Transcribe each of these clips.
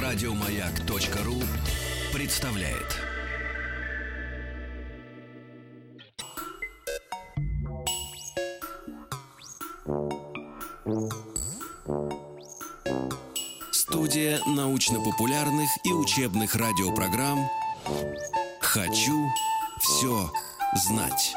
Радиомаяк.ру представляет. Студия научно-популярных и учебных радиопрограмм «Хочу все знать».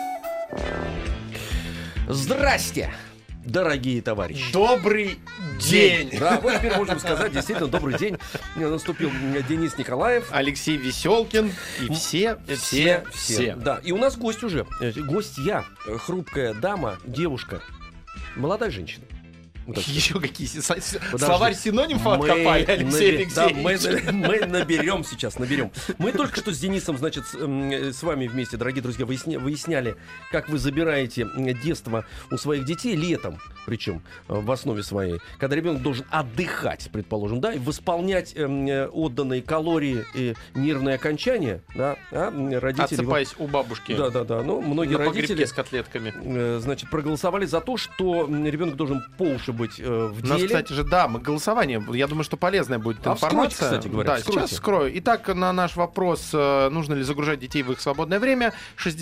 Здрасте, дорогие товарищи. Добрый день. Да, вот теперь можем сказать, действительно, добрый день. Наступил Денис Николаев. Алексей Веселкин и все. Да, и у нас гость уже. Гостья, хрупкая дама, девушка, молодая женщина. Еще какие словарь синонимов откопали, Алексей Алексеевич. Да, мы наберем сейчас. Мы только что с Денисом, значит, с вами вместе, дорогие друзья, выясняли, как вы забираете детство у своих детей летом, причем в основе своей, когда ребенок должен отдыхать, предположим, да, и восполнять отданные калории и нервные окончания, да, родители... Отсыпаясь у бабушки. Да. Ну, многие родители с котлетками. Значит, проголосовали за то, что ребенок должен по уши быть в деле. У нас, кстати же, да, голосование, я думаю, что полезная будет информация. Вскройте, кстати говоря, да, сейчас вскрою. Итак, на наш вопрос, нужно ли загружать детей в их свободное время,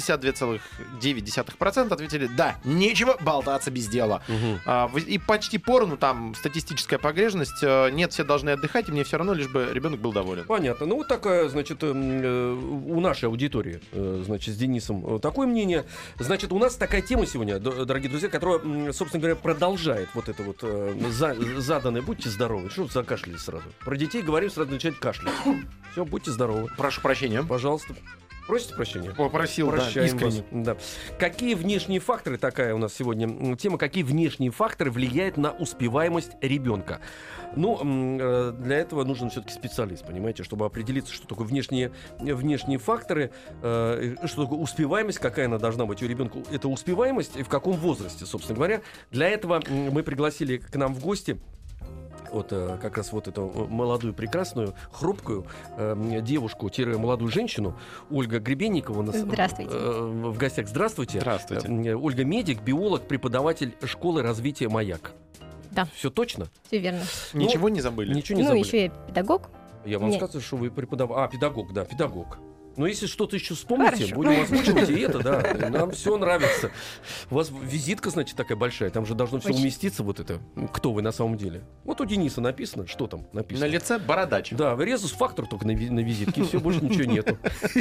62,9% ответили да, нечего болтаться без дела. И почти поровну, там статистическая погрешность, нет, все должны отдыхать, и мне все равно, лишь бы ребенок был доволен. Понятно. Ну, вот такая, значит, у нашей аудитории, значит, с Денисом такое мнение. Значит, у нас такая тема сегодня, дорогие друзья, которая, собственно говоря, продолжает вот это вот заданное. Будьте здоровы. Что закашляли сразу? Про детей говорим, сразу начать кашлять. Все, будьте здоровы. Прошу прощения. Пожалуйста. Просите прощения? Попросил, да, искренне. Да. Какие внешние факторы, такая у нас сегодня тема, какие внешние факторы влияют на успеваемость ребенка? Ну, для этого нужен все-таки специалист, понимаете, чтобы определиться, что такое внешние факторы, что такое успеваемость, какая она должна быть у ребенка. Это успеваемость и в каком возрасте, собственно говоря. Для этого мы пригласили к нам в гости вот как раз вот эту молодую, прекрасную, хрупкую девушку-молодую женщину Ольга Гребенникова у нас в гостях. Здравствуйте. Здравствуйте. Ольга медик, биолог, преподаватель школы развития «Маяк». Да. Все точно? Все верно. Ничего не забыли? Ничего не забыли. Еще я педагог. Я вам сказал, что вы преподаватель. Педагог, да, педагог. Но если что-то еще вспомните, будем озвучивать и это, да. Нам все нравится. У вас визитка, значит, такая большая. Там же должно все уместиться, вот это. Кто вы на самом деле? Вот у Дениса написано. Что там написано? На лице бородач. Да, резус-фактор только на визитке. Все, больше ничего нету.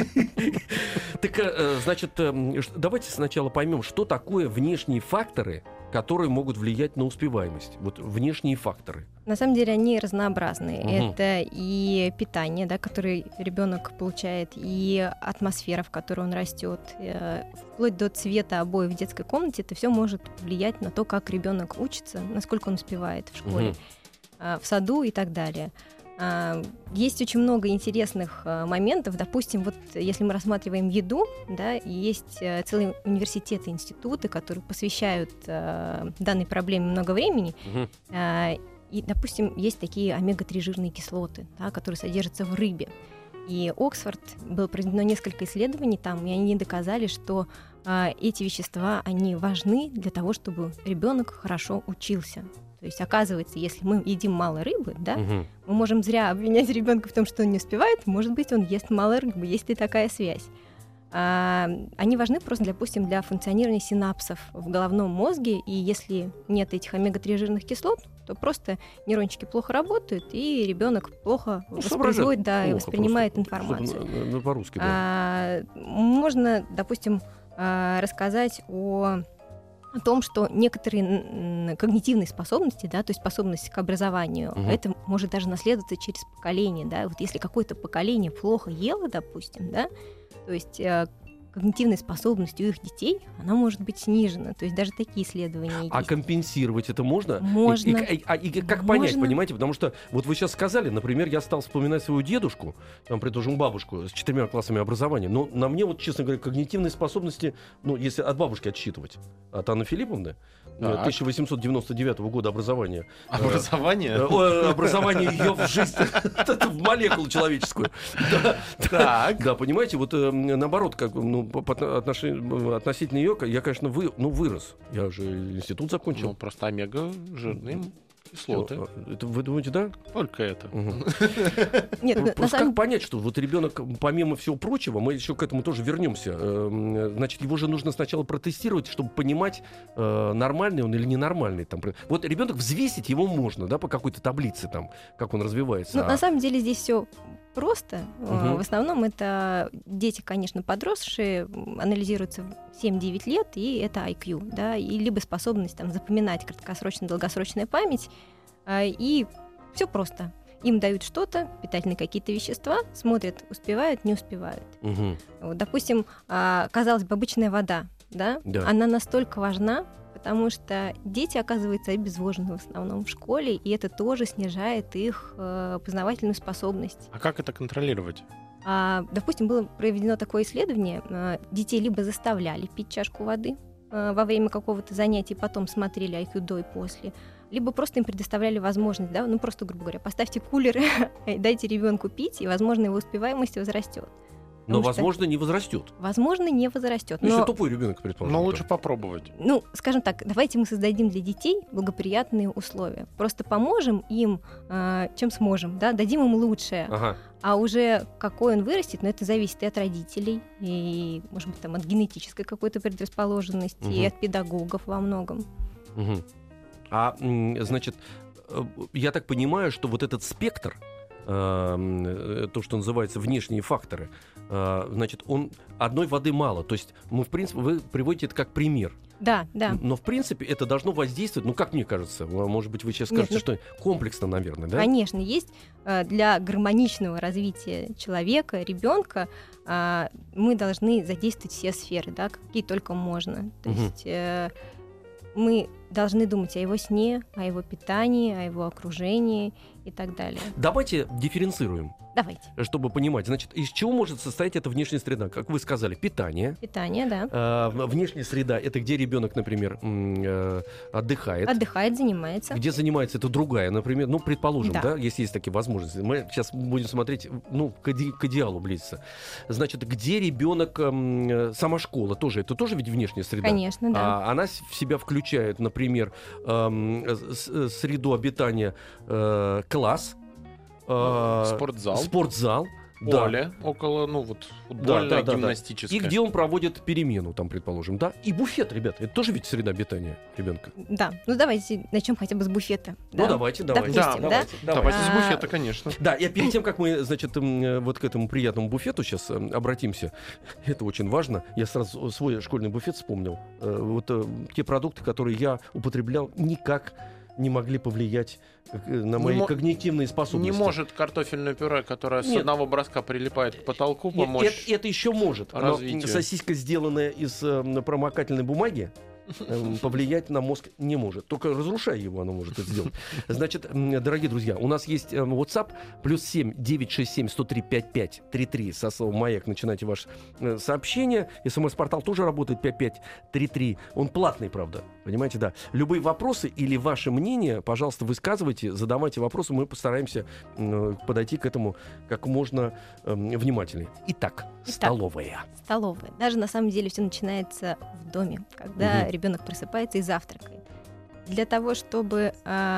Так, значит, давайте сначала поймем, что такое внешние факторы, которые могут влиять на успеваемость. Вот внешние факторы. На самом деле они разнообразные. Это и питание, да, которое ребенок получает, и атмосфера, в которой он растет, вплоть до цвета обоев в детской комнате. Это все может влиять на то, как ребенок учится, насколько он успевает в школе, в саду и так далее. Есть очень много интересных моментов. Допустим, вот если мы рассматриваем еду, да, есть целые университеты, институты, которые посвящают данной проблеме много времени. И, допустим, есть такие омега-3 жирные кислоты, да, которые содержатся в рыбе. И Оксфорд, было проведено несколько исследований там, и они доказали, что эти вещества, они важны для того, чтобы ребенок хорошо учился. То есть, оказывается, если мы едим мало рыбы, да, мы можем зря обвинять ребенка в том, что он не успевает. Может быть, он ест мало рыбы, есть ли такая связь. Они важны просто, допустим, для функционирования синапсов в головном мозге. И если нет этих омега-3 жирных кислот, то просто нейрончики плохо работают, и ребенок плохо воспроизводит, да, и воспринимает информацию. По-русски, да. Можно, допустим, рассказать о том, что некоторые когнитивные способности, да, то есть способность к образованию, это может даже наследоваться через поколение, да. Вот если какое-то поколение плохо ело, допустим, да, то есть когнитивная способность у их детей, она может быть снижена. То есть даже такие исследования есть. А компенсировать это можно? Можно. И как понять, понимаете? Потому что вот вы сейчас сказали, например, я стал вспоминать свою дедушку, там, предположим, бабушку с 4 классами образования, но на мне, вот, честно говоря, когнитивные способности, ну, если от бабушки отсчитывать, от Анны Филипповны, 1899 года образования. Образование ее в жизнь, в молекулу человеческую. Да, понимаете, вот наоборот, как относительно ее, я, конечно, вырос. Я же институт закончил. Ну, просто омега жирный. Кислоты. Это вы думаете, да? Только это. Нет, на Просто самом как понять, что вот ребенок, помимо всего прочего, мы еще к этому тоже вернемся. Значит, его же нужно сначала протестировать, чтобы понимать, нормальный он или ненормальный. Там. Вот ребенок взвесить его можно, да, по какой-то таблице, там, как он развивается. Ну, на самом деле здесь все просто. Мгм. В основном это дети, конечно, подросшие, анализируются в 7-9 лет, и это IQ, да, и либо способность там, запоминать краткосрочная, долгосрочная память, и все просто. Им дают что-то, питательные какие-то вещества, смотрят, успевают, не успевают. Мгм. Вот, допустим, казалось бы, обычная вода, да, Да. она настолько важна, потому что дети, оказывается, обезвожены в основном в школе, и это тоже снижает их познавательную способность. А как это контролировать? Допустим, было проведено такое исследование, детей либо заставляли пить чашку воды во время какого-то занятия, потом смотрели IQ до и после, либо просто им предоставляли возможность, да, ну просто, грубо говоря, поставьте кулер, дайте ребенку пить, и, возможно, его успеваемость возрастет. Но, Потому что, возможно, не возрастет. возможно, не возрастет. Ну, Но если тупой ребенок, предположим. Но лучше попробовать. ну, скажем так, давайте мы создадим для детей благоприятные условия. Просто поможем им, чем сможем, да, дадим им лучшее. Ага. А уже какой он вырастет, но это зависит и от родителей, и, может быть, там, от генетической какой-то предрасположенности, и Мгм. от педагогов во многом. Мгм. Значит, я так понимаю, что вот этот спектр, то, что называется внешние факторы, значит, он одной воды мало. То есть мы, в принципе, вы приводите это как пример. Да, да. Но, в принципе, это должно воздействовать, ну, как мне кажется, может быть, вы сейчас Нет, скажете, что комплексно, наверное, да? Конечно, есть для гармоничного развития человека, ребенка, мы должны задействовать все сферы, да, какие только можно. То Мгм. есть мы должны думать о его сне, о его питании, о его окружении и так далее. Давайте дифференцируем, Давайте. чтобы понимать. Значит, из чего может состоять эта внешняя среда? Как вы сказали, питание. Питание, да. Внешняя среда — это где ребенок, например, отдыхает. Отдыхает, занимается. Где занимается, это другая, например, ну, предположим, да. Да. Если есть такие возможности. Мы сейчас будем смотреть, ну, к идеалу близится. Значит, где ребенок, сама школа тоже, это тоже ведь внешняя среда? Конечно, да. Она в себя включает, например, среду обитания, класс, Спортзал. да. Поле около, ну вот, футбольное, да. гимнастическое. И где он проводит перемену, там, предположим, да? И буфет, ребята, это тоже ведь среда обитания ребенка. Да. Ну давайте начнем хотя бы с буфета. Ну, да? давайте. Допустим, Да, да? Давайте с А, буфета, конечно. Да, и перед тем, как мы, значит, вот к этому приятному буфету сейчас обратимся, это очень важно, я сразу свой школьный буфет вспомнил. Вот те продукты, которые я употреблял, никак не могли повлиять на мои когнитивные способности. Не может картофельное пюре, которое с Нет. одного броска прилипает к потолку, Нет, помочь. это еще может. Но развитию. сосиска, сделанная из промокательной бумаги, повлиять на мозг не может. Только разрушая его, она может это сделать. Значит, дорогие друзья, у нас есть WhatsApp +7 967 103 5533 со словом «Маяк». Начинайте ваше сообщение. СМС-портал тоже работает 5533. Он платный, правда. Понимаете, да. Любые вопросы или ваше мнение, пожалуйста, высказывайте, задавайте вопросы. Мы постараемся подойти к этому как можно внимательнее. Итак, столовая. Столовая. Даже на самом деле все начинается в доме, когда ребенок просыпается и завтракает. Для того, чтобы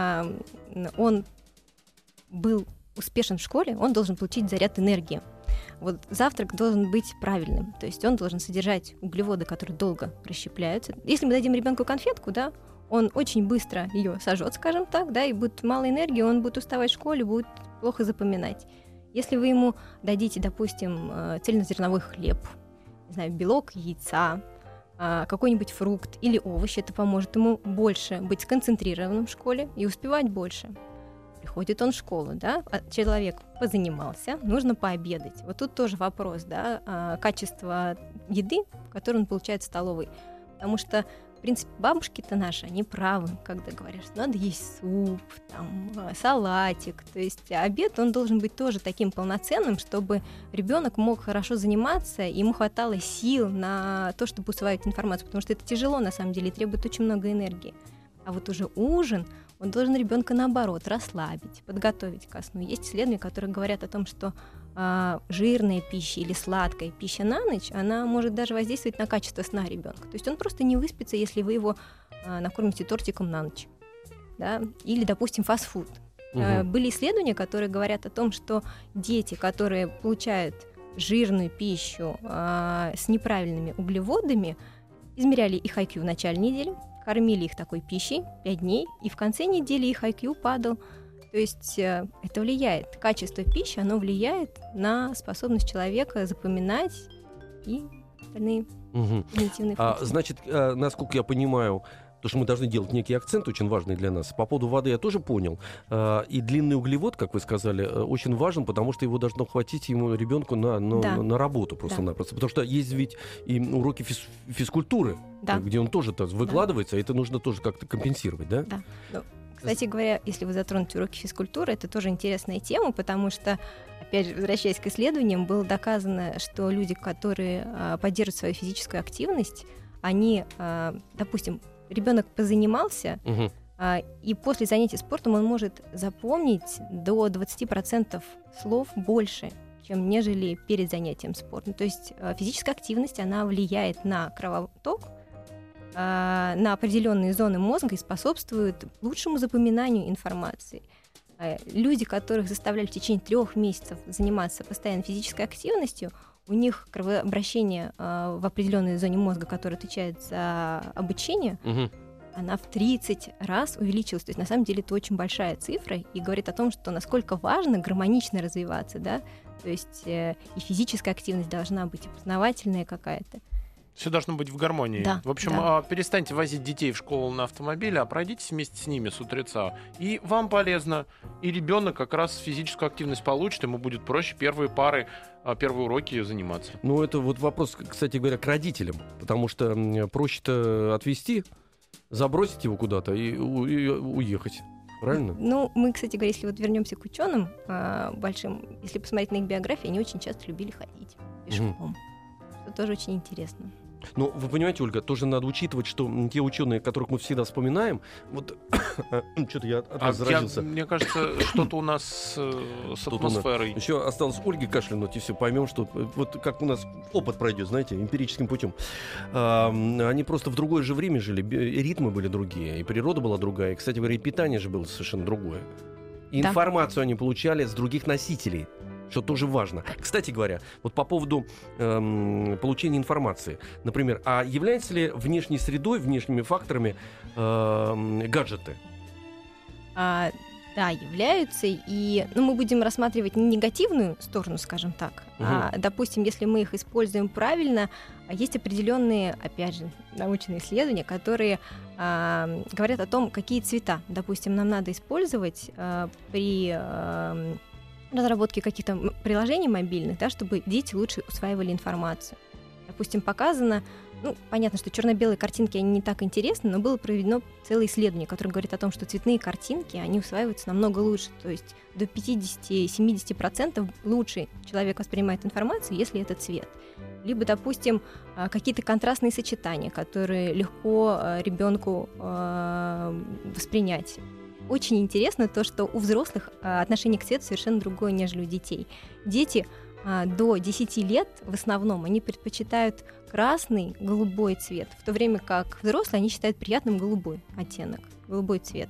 он был успешен в школе, он должен получить заряд энергии. Вот завтрак должен быть правильным, то есть он должен содержать углеводы, которые долго расщепляются. Если мы дадим ребенку конфетку, да, он очень быстро ее сожжет, скажем так, да, и будет мало энергии, он будет уставать в школе, будет плохо запоминать. Если вы ему дадите, допустим, цельнозерновой хлеб, не знаю, белок яйца, какой-нибудь фрукт или овощ, это поможет ему больше быть сконцентрированным в школе и успевать больше. Приходит он в школу, да, человек позанимался, нужно пообедать. Вот тут тоже вопрос, да, качества еды, которую он получает в столовой. Потому что, в принципе, бабушки-то наши, они правы, когда говорят, что надо есть суп, там, салатик. То есть обед, он должен быть тоже таким полноценным, чтобы ребенок мог хорошо заниматься, и ему хватало сил на то, чтобы усваивать информацию, потому что это тяжело, на самом деле, и требует очень много энергии. А вот уже ужин, он должен ребенка, наоборот, расслабить, подготовить ко сну. Есть исследования, которые говорят о том, что жирная пища или сладкая пища на ночь, она может даже воздействовать на качество сна ребенка. То есть он просто не выспится, если вы его накормите тортиком на ночь. да, или, допустим, фастфуд. Были исследования, которые говорят о том, что дети, которые получают жирную пищу с неправильными углеводами, измеряли их IQ в начале недели, кормили их такой пищей 5 дней, и в конце недели их IQ падал. То есть это влияет. Качество пищи, оно влияет на способность человека запоминать и остальные когнитивные функции. Значит, насколько я понимаю, то, что мы должны делать некий акцент, очень важный для нас. По поводу воды я тоже понял. И длинный углевод, как вы сказали, очень важен, потому что его должно хватить ему, ребенку, на работу просто-напросто. Потому что есть ведь и уроки физкультуры, где он тоже выкладывается, и это нужно тоже как-то компенсировать, да? Да. Кстати говоря, если вы затронете уроки физкультуры, это тоже интересная тема, потому что, опять же, возвращаясь к исследованиям, было доказано, что люди, которые поддерживают свою физическую активность, они, допустим, ребенок позанимался, и после занятий спортом он может запомнить до 20% слов больше, чем нежели перед занятием спортом. То есть физическая активность, она влияет на кровоток, на определенные зоны мозга и способствует лучшему запоминанию информации. Люди, которых заставляли в течение 3 месяцев заниматься постоянно физической активностью, у них кровообращение в определенной зоне мозга, которая отвечает за обучение, она в 30 раз увеличилась. То есть на самом деле это очень большая цифра и говорит о том, что насколько важно гармонично развиваться, да? То есть и физическая активность должна быть, и познавательная какая-то. Все должно быть в гармонии. Да, в общем, перестаньте возить детей в школу на автомобиле, а пройдитесь вместе с ними с утреца. И вам полезно. И ребенок как раз физическую активность получит, ему будет проще первые уроки заниматься. Ну, это вот вопрос, кстати говоря, к родителям. Потому что проще-то отвезти, забросить его куда-то и уехать. Правильно? Ну, мы, кстати говоря, если вот вернемся к ученым большим, если посмотреть на их биографии, они очень часто любили ходить пешком. Это тоже очень интересно. Ну, вы понимаете, Ольга, тоже надо учитывать, что те ученые, которых мы всегда вспоминаем, вот что-то я от вас заразился. Мне кажется, что-то у нас с атмосферой. Еще осталось Ольге кашлянуть, и все, поймем, что вот как у нас опыт пройдет, знаете, эмпирическим путем. Они просто в другое же время жили, ритмы были другие, и природа была другая, и, кстати говоря, и питание же было совершенно другое. И информацию они получали с других носителей, что тоже важно. Кстати говоря, вот по поводу получения информации, например, а являются ли внешней средой, внешними факторами гаджеты? Да, являются, и мы будем рассматривать не негативную сторону, скажем так, а, допустим, если мы их используем правильно, есть определенные, опять же, научные исследования, которые говорят о том, какие цвета, допустим, нам надо использовать при разработке каких-то приложений мобильных, да, чтобы дети лучше усваивали информацию. Допустим, показано, понятно, что черно-белые картинки, они не так интересны, но было проведено целое исследование, которое говорит о том, что цветные картинки, они усваиваются намного лучше, то есть до 50-70% лучше человек воспринимает информацию, если это цвет. Либо, допустим, какие-то контрастные сочетания, которые легко ребенку воспринять. Очень интересно то, что у взрослых отношение к цвету совершенно другое, нежели у детей. Дети до 10 лет в основном они предпочитают красный, голубой цвет, в то время как взрослые они считают приятным голубой оттенок, голубой цвет.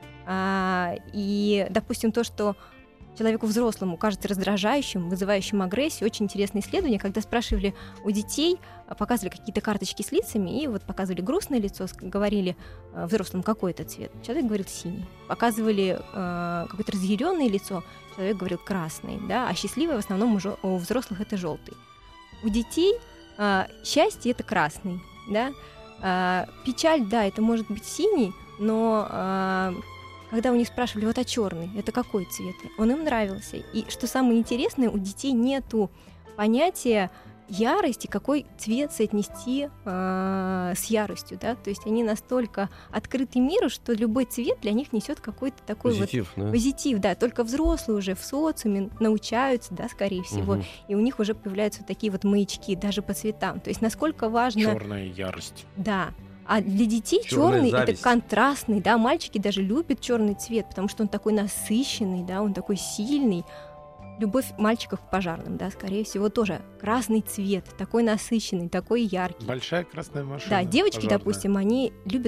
И, допустим, то, что человеку взрослому кажется раздражающим, вызывающим агрессию, очень интересное исследование, когда спрашивали у детей, показывали какие-то карточки с лицами, и вот показывали грустное лицо, говорили взрослым, какой это цвет. Человек говорил синий. Показывали какое-то разъяренное лицо, человек говорил красный, да, а счастливое в основном у взрослых это желтый. У детей счастье это красный, да, печаль, да, это может быть синий, но когда у них спрашивали, вот черный, это какой цвет? Он им нравился. И что самое интересное, у детей нету понятия ярости, какой цвет соотнести с яростью, да, то есть они настолько открыты миру, что любой цвет для них несет какой-то такой позитив, да, только взрослые уже в социуме научаются, да, скорее всего, и у них уже появляются вот такие вот маячки даже по цветам, то есть насколько важно... Черная ярость. Да. А для детей черный это контрастный, да, мальчики даже любят черный цвет, потому что он такой насыщенный, да, он такой сильный. Любовь мальчиков к пожарным, да, скорее всего, тоже красный цвет, такой насыщенный, такой яркий. Большая красная машина. Да, девочки, пожарная. Допустим, они любят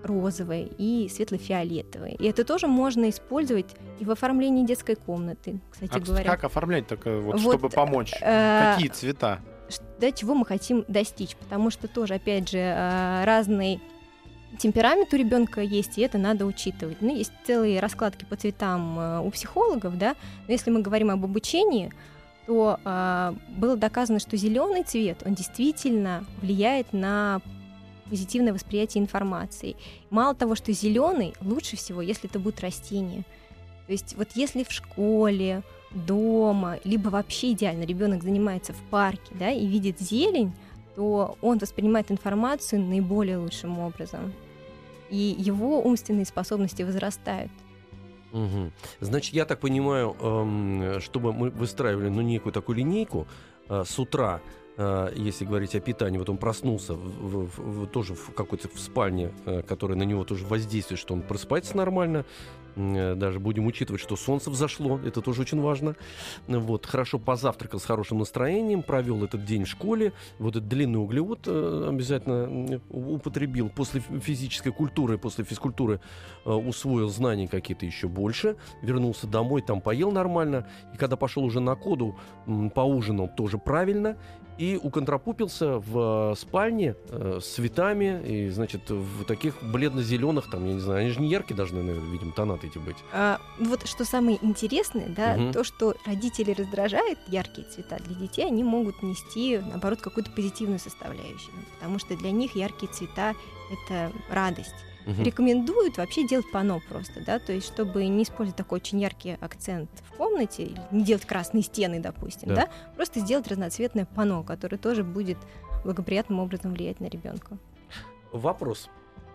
розовые и светло-фиолетовые. И это тоже можно использовать и в оформлении детской комнаты, кстати говоря. Как оформлять такое, вот, Вот, чтобы помочь? Какие цвета? Да, чего мы хотим достичь, потому что тоже, опять же, разный темперамент у ребенка есть, и это надо учитывать. Ну, есть целые раскладки по цветам у психологов, да, но если мы говорим об обучении, то было доказано, что зеленый цвет, он действительно влияет на позитивное восприятие информации. Мало того, что зеленый, лучше всего, если это будут растения. То есть вот если в школе, дома, либо вообще идеально ребенок занимается в парке, да, и видит зелень, то он воспринимает информацию наиболее лучшим образом. И его умственные способности возрастают. Угу. Значит, я так понимаю, чтобы мы выстраивали некую такую линейку с утра, если говорить о питании, вот он проснулся тоже в какой-то в спальне, которая на него тоже воздействует, что он просыпается нормально. Даже будем учитывать, что солнце взошло, это тоже очень важно. Вот, хорошо позавтракал с хорошим настроением, провел этот день в школе, вот этот длинный углевод обязательно употребил. После физической культуры, после физкультуры усвоил знаний какие-то еще больше, вернулся домой, там поел нормально, и когда пошел уже на коду, поужинал тоже правильно, и уконтрапупился в спальне с цветами, и, значит, в таких бледно-зеленых, там, я не знаю, они же не яркие должны, наверное, видимо, тона эти быть. Вот что самое интересное, да, то, что родители раздражают яркие цвета для детей, они могут нести, наоборот, какую-то позитивную составляющую, потому что для них яркие цвета — это радость. Рекомендуют вообще делать панно просто, да, то есть чтобы не использовать такой очень яркий акцент в комнате, не делать красные стены, допустим, да, просто сделать разноцветное панно, которое тоже будет благоприятным образом влиять на ребенка. Вопрос.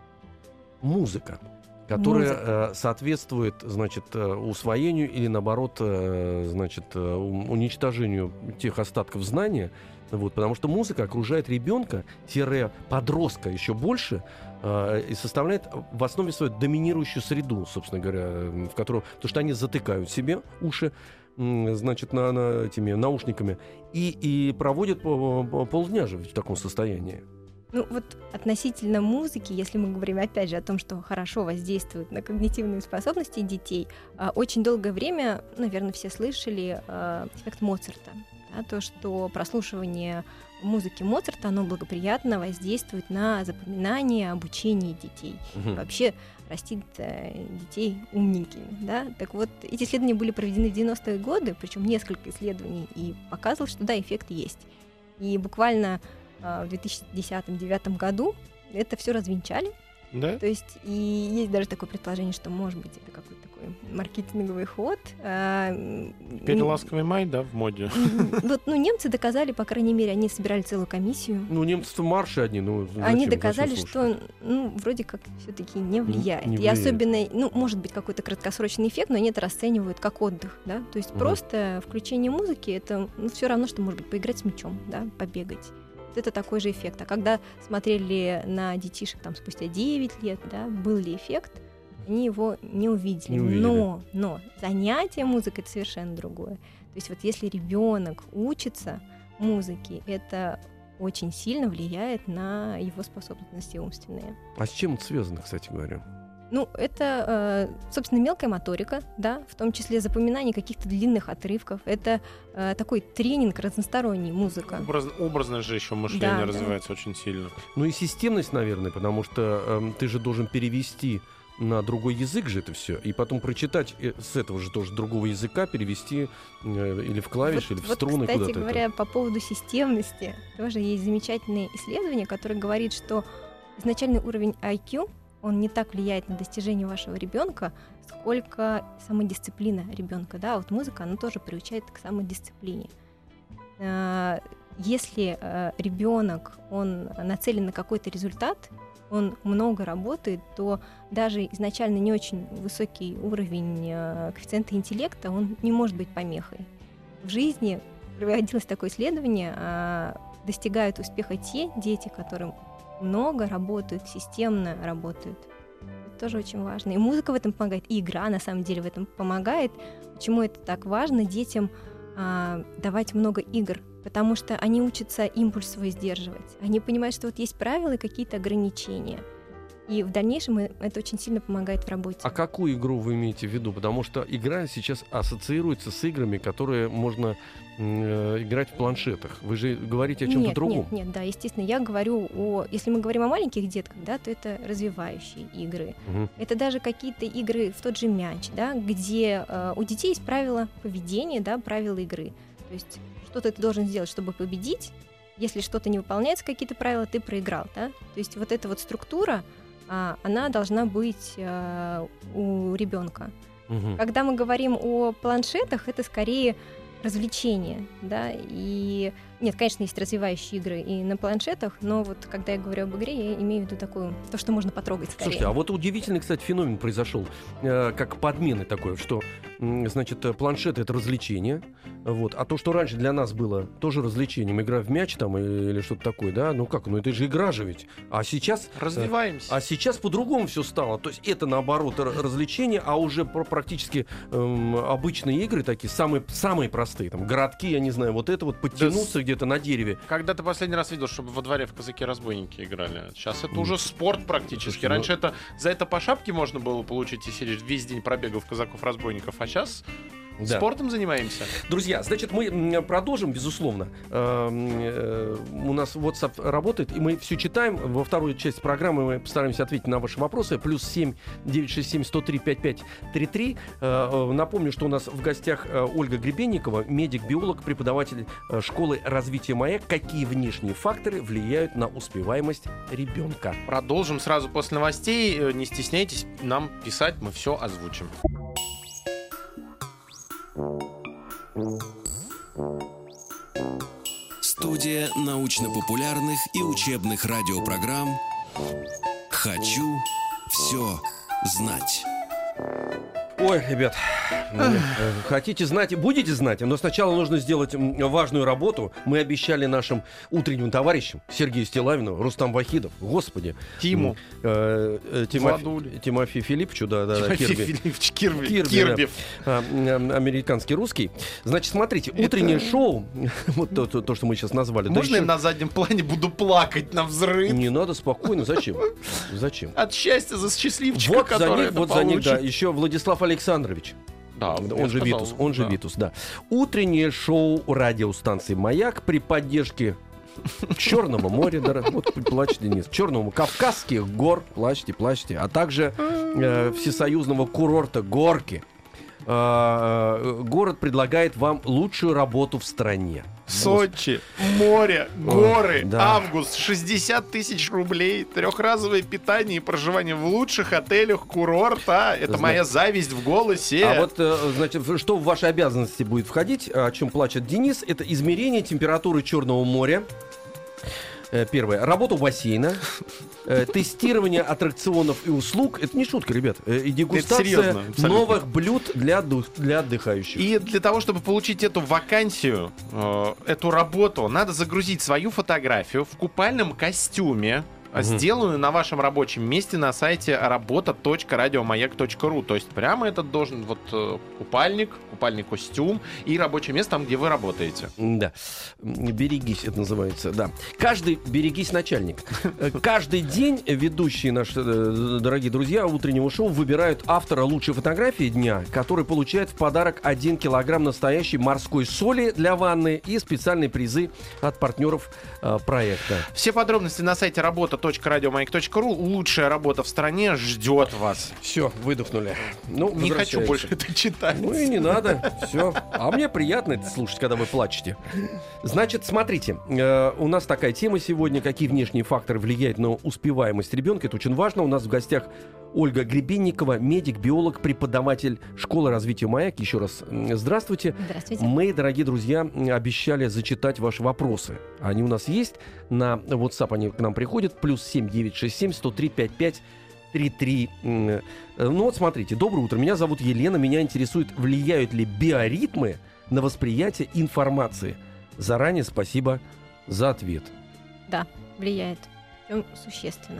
Музыка, которая соответствует, значит, усвоению или, наоборот, значит, уничтожению тех остатков знания, вот, потому что музыка окружает ребенка-подростка еще больше и составляет в основе своей доминирующую среду, собственно говоря, в котором, потому что они затыкают себе уши, значит, этими наушниками и проводят полдня же в таком состоянии. Ну вот относительно музыки, если мы говорим опять же о том, что хорошо воздействует на когнитивные способности детей, очень долгое время, наверное, все слышали эффект Моцарта. Да, то, что прослушивание музыки Моцарта, оно благоприятно воздействует на запоминание, обучение детей. Вообще растит детей умненькими. Да? Так вот, эти исследования были проведены в 90-е годы, причем несколько исследований, и показывало, что да, эффект есть. И буквально в 2010-2009 году это все развенчали. Да? То есть и есть даже такое предположение, что, может быть, это какой-то такой маркетинговый ход. Теперь ласковый май, да, в моде. Вот, немцы доказали, по крайней мере, они собирали целую комиссию. Немцы марши одни, они доказали, что, вроде как все-таки не влияет. И особенно, может быть, какой-то краткосрочный эффект, но они это расценивают как отдых, да. То есть просто включение музыки, это все равно, что, может быть, поиграть с мячом, да, побегать. Это такой же эффект. А когда смотрели на детишек там спустя 9 лет, да, был ли эффект, они его не увидели. Но занятие музыкой — это совершенно другое. То есть вот если ребенок учится музыке, это очень сильно влияет на его способности умственные. А с чем это связано, кстати говоря? Это, собственно, мелкая моторика, да, в том числе запоминание каких-то длинных отрывков. Это такой тренинг разносторонний, музыка. Образное же еще мышление развивается очень сильно. И системность, наверное, потому что ты же должен перевести на другой язык же это все, и потом прочитать с этого же тоже другого языка, перевести или в клавиши, или в струны кстати куда-то. Кстати говоря, по поводу системности, тоже есть замечательное исследование, которое говорит, что изначальный уровень IQ, он не так влияет на достижение вашего ребенка, сколько самодисциплина ребенка. Да? Вот музыка, она тоже приучает к самодисциплине. Если ребенок, он нацелен на какой-то результат, он много работает, то даже изначально не очень высокий уровень коэффициента интеллекта, он не может быть помехой. В жизни проводилось такое исследование, достигают успеха те дети, которым много работают, системно работают. Это тоже очень важно. И музыка в этом помогает, и игра, на самом деле, в этом помогает. Почему это так важно детям давать много игр? Потому что они учатся импульс свой сдерживать. Они понимают, что вот есть правила и какие-то ограничения. И в дальнейшем это очень сильно помогает в работе. А какую игру вы имеете в виду? Потому что игра сейчас ассоциируется с играми, которые можно играть в планшетах. Вы же говорите о чем-то другом. Нет, да, естественно. Я говорю если мы говорим о маленьких детках, да, то это развивающие игры. Это даже какие-то игры в тот же мяч, да, где у детей есть правила поведения, да, правила игры. То есть что-то ты должен сделать, чтобы победить. Если что-то не выполняется, какие-то правила, ты проиграл, да. То есть вот эта вот структура, она должна быть у ребенка. Когда мы говорим о планшетах, это скорее развлечение, да, и нет, конечно, есть развивающие игры и на планшетах, но вот когда я говорю об игре, я имею в виду такую, то, что можно потрогать скорее. Слушайте, а вот удивительный, кстати, феномен произошел, как подмены такой, что, значит, планшет — это развлечение, вот, а то, что раньше для нас было тоже развлечением, игра в мяч там или что-то такое, да, ну как, ну это же игра же ведь, а сейчас... Развиваемся. А сейчас по-другому все стало, то есть это, наоборот, развлечение, а уже практически обычные игры такие, самые простые, там, городки, я не знаю, вот это вот, подтянуться где-то на дереве. Когда ты последний раз видел, чтобы во дворе в казаки-разбойники играли? Сейчас это уже спорт практически. Раньше за это по шапке можно было получить и сидеть весь день пробегав казаков-разбойников, а сейчас... Да. Спортом занимаемся. Друзья, значит, мы продолжим, безусловно. У нас WhatsApp работает, и мы все читаем. Во второй части программы мы постараемся ответить на ваши вопросы. +7 967 103 5533. Напомню, что у нас в гостях Ольга Гребенникова, медик-биолог, преподаватель школы развития «Маяк». Какие внешние факторы влияют на успеваемость ребенка? Продолжим сразу после новостей. Не стесняйтесь нам писать, мы все озвучим. Студия научно-популярных и учебных радиопрограмм «Хочу все знать». Ой, ребят, хотите знать, будете знать, но сначала нужно сделать важную работу. Мы обещали нашим утренним товарищам Сергею Стилавину, Рустам Вахидов, господи, Тиму, Тимофею Филипповичу, Кирби, американский русский. Значит, смотрите, утреннее шоу, вот то, что мы сейчас назвали. Можно я на заднем плане буду плакать на взрыв? Не надо, спокойно, зачем? От счастья за счастливчика, который это получит. За них, да, еще Владислав Александрович. Да, он же Витус, да. Утреннее шоу радиостанции «Маяк» при поддержке Черного моря, вот плачет Денис, Черного, Кавказских гор, плачьте, а также всесоюзного курорта Горки. Город предлагает вам лучшую работу в стране. Сочи, море, горы, август, 60 тысяч рублей, трехразовое питание и проживание в лучших отелях курорта. Это моя зависть в голосе. А вот, значит, что в ваши обязанности будет входить, о чем плачет Денис, это измерение температуры Черного моря. Первое. Работа у бассейна. Тестирование аттракционов и услуг. Это не шутка, ребят. И дегустация новых блюд для отдыхающих. И для того, чтобы получить эту вакансию, эту работу, надо загрузить свою фотографию в купальном костюме, сделанную на вашем рабочем месте на сайте работа.радиомаяк.ру. То есть прямо этот должен купальный костюм и рабочее место там, где вы работаете. Да. Берегись, это называется, да. Берегись, начальник. Каждый день ведущие наши дорогие друзья утреннего шоу выбирают автора лучшей фотографии дня, который получает в подарок 1 килограмм настоящей морской соли для ванны и специальные призы от партнеров проекта. Все подробности на сайте работа.радиомаяк.ру. Лучшая работа в стране ждет вас. Все, выдохнули. Не хочу больше это читать. Ну и не надо. Все. А мне приятно это слушать, когда вы плачете. Значит, смотрите, у нас такая тема сегодня. Какие внешние факторы влияют на успеваемость ребенка? Это очень важно. У нас в гостях Ольга Гребенникова, медик, биолог, преподаватель школы развития «Маяк». Еще раз здравствуйте. Здравствуйте. Мы, дорогие друзья, обещали зачитать ваши вопросы. Они у нас есть. На WhatsApp они к нам приходят. +7 967 103 5533. Ну вот смотрите, доброе утро, меня зовут Елена, меня интересует, влияют ли биоритмы на восприятие информации. Заранее спасибо за ответ. Да, влияет, причем существенно.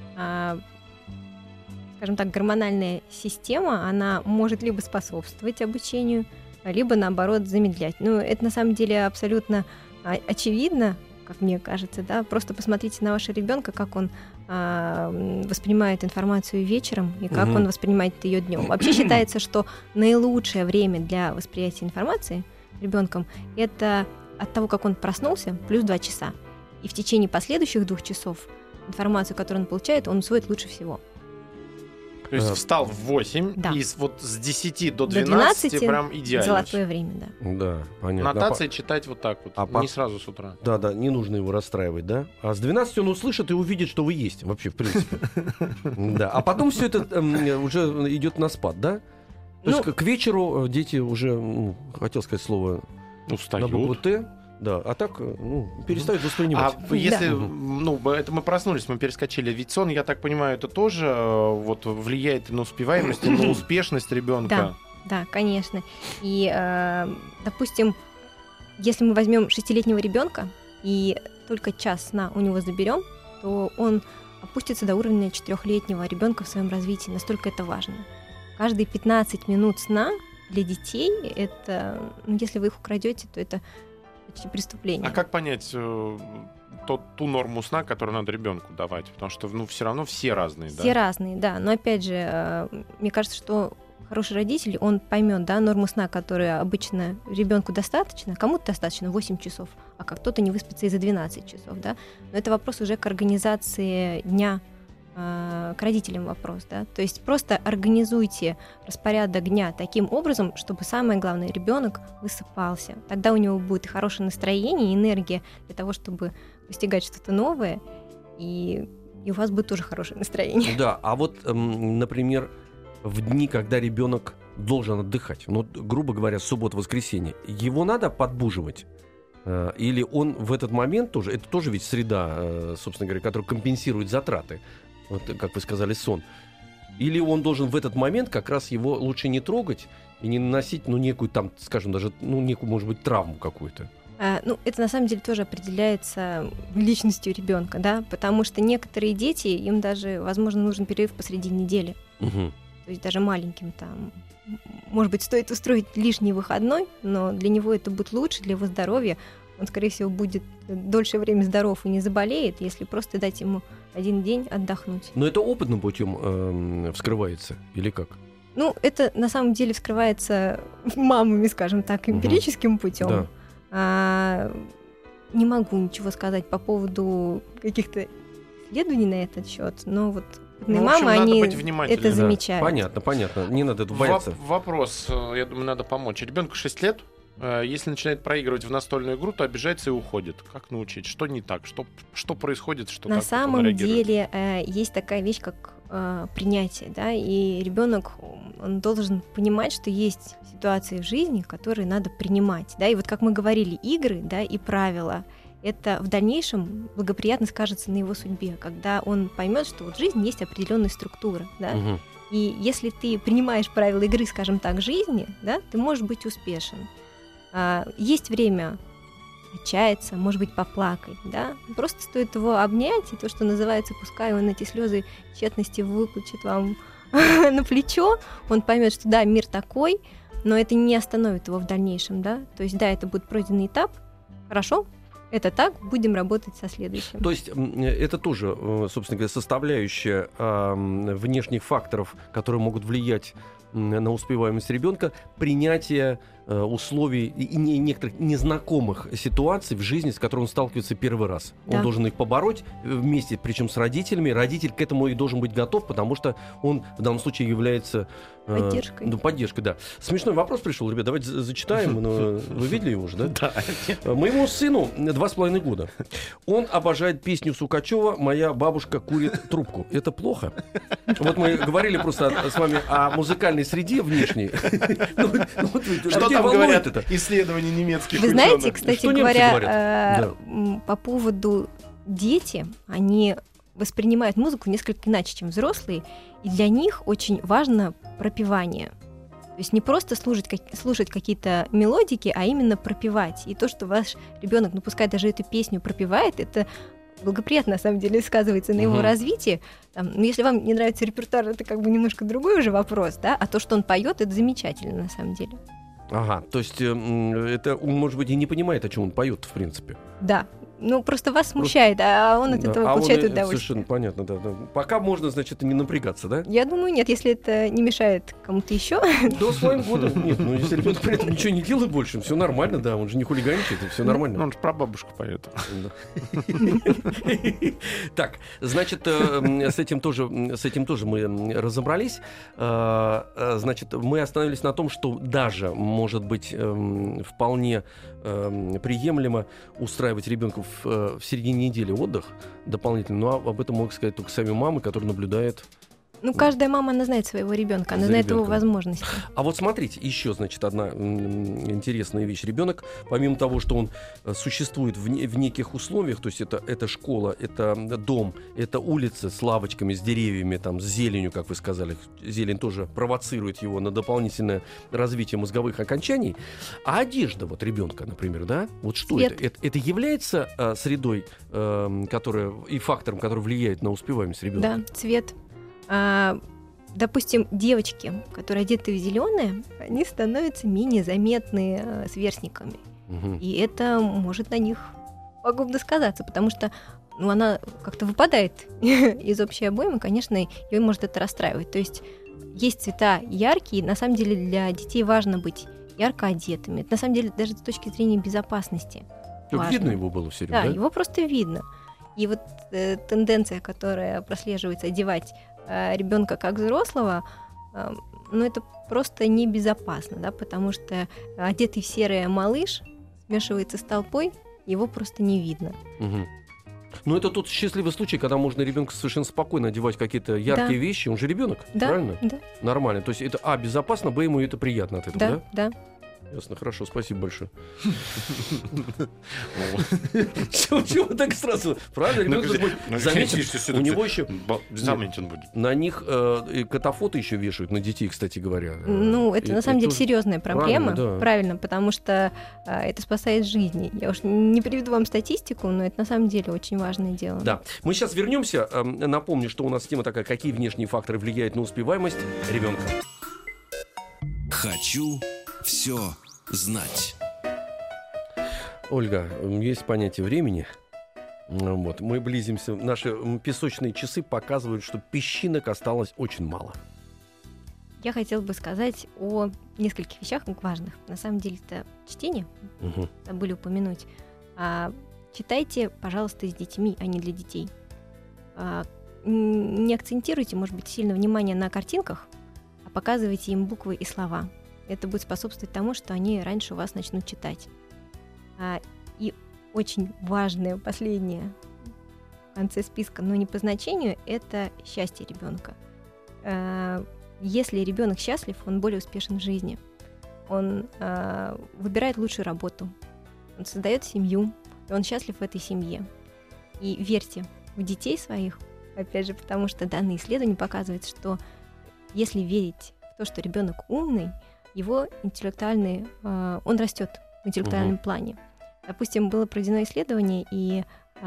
Скажем так, гормональная система, она может либо способствовать обучению, либо наоборот замедлять. Ну, это на самом деле абсолютно очевидно, как мне кажется, да. Просто посмотрите на вашего ребенка, как он воспринимает информацию вечером и как он воспринимает ее днем. Вообще считается, что наилучшее время для восприятия информации ребенком это от того, как он проснулся, плюс 2 часа. И в течение последующих 2 часов информацию, которую он получает, он усвоит лучше всего. То есть встал в 8, да. и вот с 10 до 12 прям идеально. Золотое время, да. Да, понятно. Нотации читать вот так вот, не сразу с утра. Да, не нужно его расстраивать, да? А с 12 он услышит и увидит, что вы есть вообще, в принципе. Да, а потом все это уже идет на спад, да? То есть к вечеру дети уже, хотел сказать слово на букву «Т». Да, а так, перестают воспринимать. А если, это мы проснулись, мы перескочили, ведь сон, я так понимаю, это тоже вот влияет на успеваемость, на успешность ребенка. Да, конечно. И, допустим, если мы возьмем 6-летнего ребенка и только час сна у него заберем, то он опустится до уровня 4-летнего ребенка в своем развитии. Настолько это важно. Каждые 15 минут сна для детей, это, если вы их украдете, то это почти преступление. А как понять ту норму сна, которую надо ребенку давать? Потому что, все равно все разные, да? Все разные, да. Но опять же, мне кажется, что хороший родитель, он поймет, да, норму сна, которую обычно ребенку достаточно, кому-то достаточно 8 часов, а кто-то не выспится и за 12 часов, да. Но это вопрос уже к организации дня, к родителям вопрос, да. То есть просто организуйте распорядок дня таким образом, чтобы самое главное, ребенок высыпался. Тогда у него будет и хорошее настроение, и энергия для того, чтобы постигать что-то новое, и у вас будет тоже хорошее настроение. Да, а вот, например, в дни, когда ребенок должен отдыхать, грубо говоря, суббота-воскресенье, его надо подбуживать? Или он в этот момент тоже, это тоже ведь среда, собственно говоря, которая компенсирует затраты, вот, как вы сказали, сон. Или он должен в этот момент как раз его лучше не трогать и не наносить, некую там, скажем, даже, некую, может быть, травму какую-то. Это на самом деле тоже определяется личностью ребенка, да, потому что некоторые дети, им даже, возможно, нужен перерыв посреди недели. То есть даже маленьким там, может быть, стоит устроить лишний выходной, но для него это будет лучше, для его здоровья. Он, скорее всего, будет дольше время здоров и не заболеет, если просто дать ему один день отдохнуть. Но это опытным путем вскрывается или как? Это на самом деле вскрывается мамами, скажем так, эмпирическим путем. Да. Не могу ничего сказать по поводу каких-то исследований на этот счет, но вот мамы, они это замечают. Понятно. Не надо это бояться. Вопрос, я думаю, надо помочь. Ребенку 6 лет. Если начинает проигрывать в настольную игру, то обижается и уходит. Как научить? Что не так? Что происходит? Что на самом деле есть такая вещь, как принятие, да, и ребенок, он должен понимать, что есть ситуации в жизни, которые надо принимать, да, и вот как мы говорили, игры, да, и правила, это в дальнейшем благоприятно скажется на его судьбе, когда он поймет, что вот жизнь есть определенная структура, да, и если ты принимаешь правила игры, скажем так, жизни, да, ты можешь быть успешен. Есть время отчаяться, может быть, поплакать, да, просто стоит его обнять, и то, что называется, пускай он эти слезы тщетности выплачет вам на плечо, он поймет, что да, мир такой, но это не остановит его в дальнейшем, да, то есть да, это будет пройденный этап, хорошо, это так, будем работать со следующим. То есть это тоже, собственно говоря, составляющая внешних факторов, которые могут влиять на успеваемость ребенка, принятие условий и некоторых незнакомых ситуаций в жизни, с которыми он сталкивается первый раз. Да. Он должен их побороть вместе, причем с родителями. Родитель к этому и должен быть готов, потому что он в данном случае является поддержкой, да. Смешной вопрос пришел, ребят, давайте зачитаем. Вы видели его уже, да? Да. Моему сыну 2,5 года. Он обожает песню Сукачева «Моя бабушка курит трубку». Это плохо? Вот мы говорили просто с вами о музыкальной среде внешней. Что там говорят исследования немецких ученых? Вы знаете, кстати говоря, по поводу дети, они воспринимают музыку несколько иначе, чем взрослые, и для них очень важно пропевание. То есть не просто слушать какие-то мелодики, а именно пропевать. И то, что ваш ребенок, пускай даже эту песню пропевает, это благоприятно, на самом деле, сказывается на его развитии. Если вам не нравится репертуар, это как бы немножко другой уже вопрос, да? А то, что он поет, это замечательно, на самом деле. Ага, то есть это он, может быть, и не понимает, о чем он поет, в принципе. Да. Ну, просто вас смущает, а он от этого получает удовольствие. Совершенно понятно, да. Пока можно, значит, не напрягаться, да? Я думаю, нет, если это не мешает кому-то еще. До своим годом. Нет, ну если ребенок при этом ничего не делает больше, все нормально, да, он же не хулиганит, все нормально. Он же прабабушка поэтому. Так, значит, с этим тоже мы разобрались. Значит, мы остановились на том, что даже может быть вполне приемлемо устраивать ребенка в середине недели отдых дополнительно, но об этом могут сказать только сами мамы, которые наблюдают. Ну, каждая мама, она знает своего ребенка, она знает его возможности. А вот смотрите, еще, значит, одна интересная вещь. Ребенок, помимо того, что он существует в неких условиях, то есть это школа, это дом, это улица с лавочками, с деревьями, там, с зеленью, как вы сказали. Зелень тоже провоцирует его на дополнительное развитие мозговых окончаний. А одежда вот ребенка, например, да? Вот что Цвет. это? Это является средой, которая и фактором, который влияет на успеваемость ребенка? Да, цвет. Допустим, девочки, которые одеты в зеленое, они становятся менее заметны сверстниками. Угу. И это может на них пагубно сказаться, потому что она как-то выпадает из общей обоймы, конечно, ее может это расстраивать. То есть цвета яркие, на самом деле для детей важно быть ярко одетыми. Это на самом деле даже с точки зрения безопасности. Видно его было все время, да? Да, его просто видно. И вот тенденция, которая прослеживается, одевать ребенка как взрослого, это просто небезопасно, да, потому что одетый в серое малыш смешивается с толпой, его просто не видно. Угу. Ну, это тот счастливый случай, когда можно ребенка совершенно спокойно одевать какие-то яркие вещи. Он же ребенок, правильно? Да. Нормально. То есть это безопасно, ему это приятно от этого, да? Да. Ясно, хорошо, спасибо большое. Чего так сразу? Правильно, ребенок будет заметить, у него еще заметен будет. На них катафоты еще вешают, на детей, кстати говоря. Ну, это на самом деле серьезная проблема, правильно, потому что это спасает жизни. Я уж не приведу вам статистику, но это на самом деле очень важное дело. Да. Мы сейчас вернемся. Напомню, что у нас тема такая: какие внешние факторы влияют на успеваемость ребенка. Хочу все знать. Ольга, есть понятие времени. Вот. Мы близимся. Наши песочные часы показывают, что песчинок осталось очень мало. Я хотела бы сказать о нескольких вещах важных. На самом деле это чтение. Забыли упомянуть. Читайте, пожалуйста, с детьми, а не для детей. Не акцентируйте, может быть, сильно внимание на картинках, а показывайте им буквы и слова. Это будет способствовать тому, что они раньше у вас начнут читать. И очень важное, последнее в конце списка, но не по значению, это счастье ребенка. Если ребенок счастлив, он более успешен в жизни. Он выбирает лучшую работу, он создает семью, и он счастлив в этой семье. И верьте в детей своих, опять же, потому что данные исследования показывают, что если верить в то, что ребенок умный, его интеллектуальный, он растет в интеллектуальном плане. Допустим, было проведено исследование, и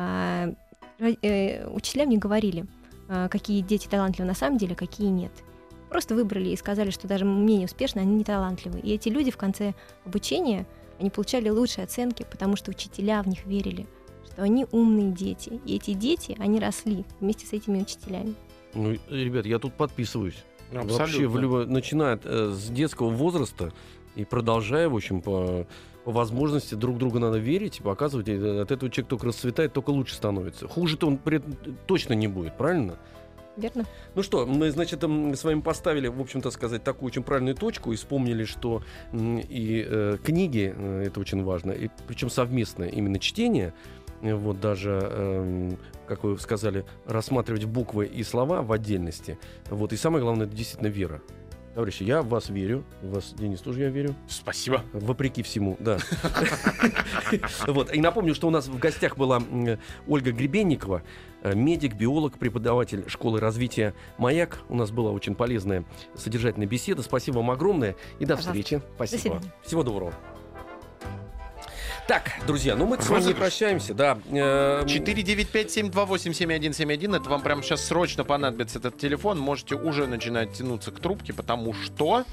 учителя мне говорили, какие дети талантливы на самом деле, какие нет. Просто выбрали и сказали, что даже менее успешные, они не талантливы. И эти люди в конце обучения, они получали лучшие оценки, потому что учителя в них верили, что они умные дети. И эти дети, они росли вместе с этими учителями. Ну, ребят, я тут подписываюсь. Абсолютно. Вообще, начиная с детского возраста и продолжая, в общем, по возможности друг другу надо верить и показывать. От этого человек только расцветает, только лучше становится. Хуже-то он точно не будет, правильно? Верно. Ну что, мы, значит, с вами поставили, в общем-то сказать, такую очень правильную точку и вспомнили, что и книги, это очень важно, и причем совместное именно чтение, вот даже, как вы сказали, рассматривать буквы и слова в отдельности. Вот, и самое главное, это действительно вера. Товарищи, я в вас верю. В вас, Денис, тоже я верю. Спасибо. Вопреки всему, да. Вот. И напомню, что у нас в гостях была Ольга Гребенникова, медик, биолог, преподаватель школы развития «Маяк». У нас была очень полезная, содержательная беседа. Спасибо вам огромное и до встречи. Спасибо. Всего доброго. Так, друзья, ну мы с вами не прощаемся, да. 495-728-7171. Это вам прямо сейчас срочно понадобится этот телефон. Можете уже начинать тянуться к трубке, потому что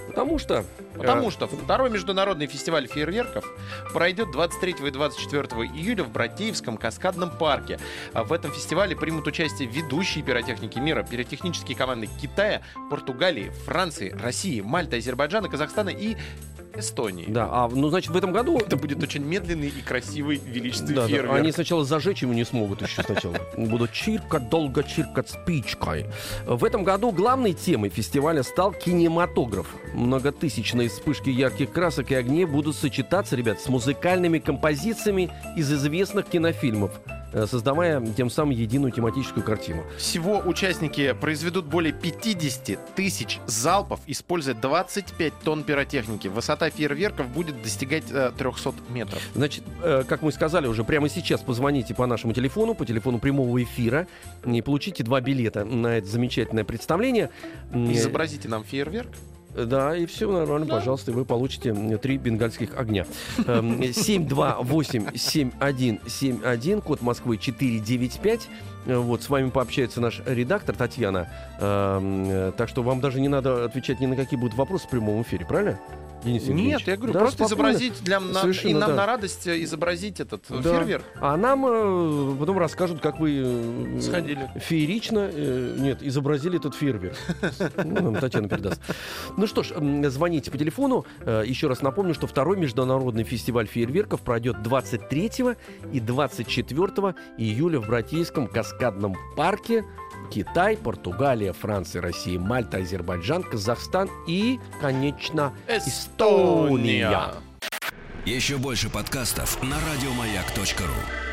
второй международный фестиваль фейерверков пройдет 23 и 24 июля в Братеевском каскадном парке. В этом фестивале примут участие ведущие пиротехники мира, пиротехнические команды Китая, Португалии, Франции, России, Мальты, Азербайджана, Казахстана и Эстонии. Да, значит, в этом году... Это будет очень медленный и красивый, величественный фейерверк. Да, они сначала зажечь его не смогут еще сначала. Будут долго чиркать спичкой. В этом году главной темой фестиваля стал кинематограф. Многотысячные вспышки ярких красок и огней будут сочетаться, ребят, с музыкальными композициями из известных кинофильмов, создавая тем самым единую тематическую картину. Всего участники произведут более 50 тысяч залпов, используя 25 тонн пиротехники. Высота фейерверков будет достигать 300 метров. Значит, как мы сказали уже, прямо сейчас позвоните по нашему телефону, по телефону прямого эфира, и получите 2 билета на это замечательное представление. Изобразите нам фейерверк. Да, и все нормально, да. Пожалуйста, и вы получите 3 бенгальских огня. 728-7171, код Москвы 495. Вот, с вами пообщается наш редактор Татьяна. Так что вам даже не надо отвечать ни на какие будут вопросы в прямом эфире, правильно? Денис Евгеньевич? Нет, я говорю, да, просто спокойно. изобразить нам на радость изобразить этот фейерверк. А нам потом расскажут, как вы сходили. Феерично изобразили этот фейерверк. Нам Татьяна передаст. Ну что ж, звоните по телефону. Еще раз напомню, что второй международный фестиваль фейерверков пройдет 23 и 24 июля в Братейском каскадном парке. Китай, Португалия, Франция, Россия, Мальта, Азербайджан, Казахстан и, конечно, Эстония. Еще больше подкастов на радиомаяк.ру.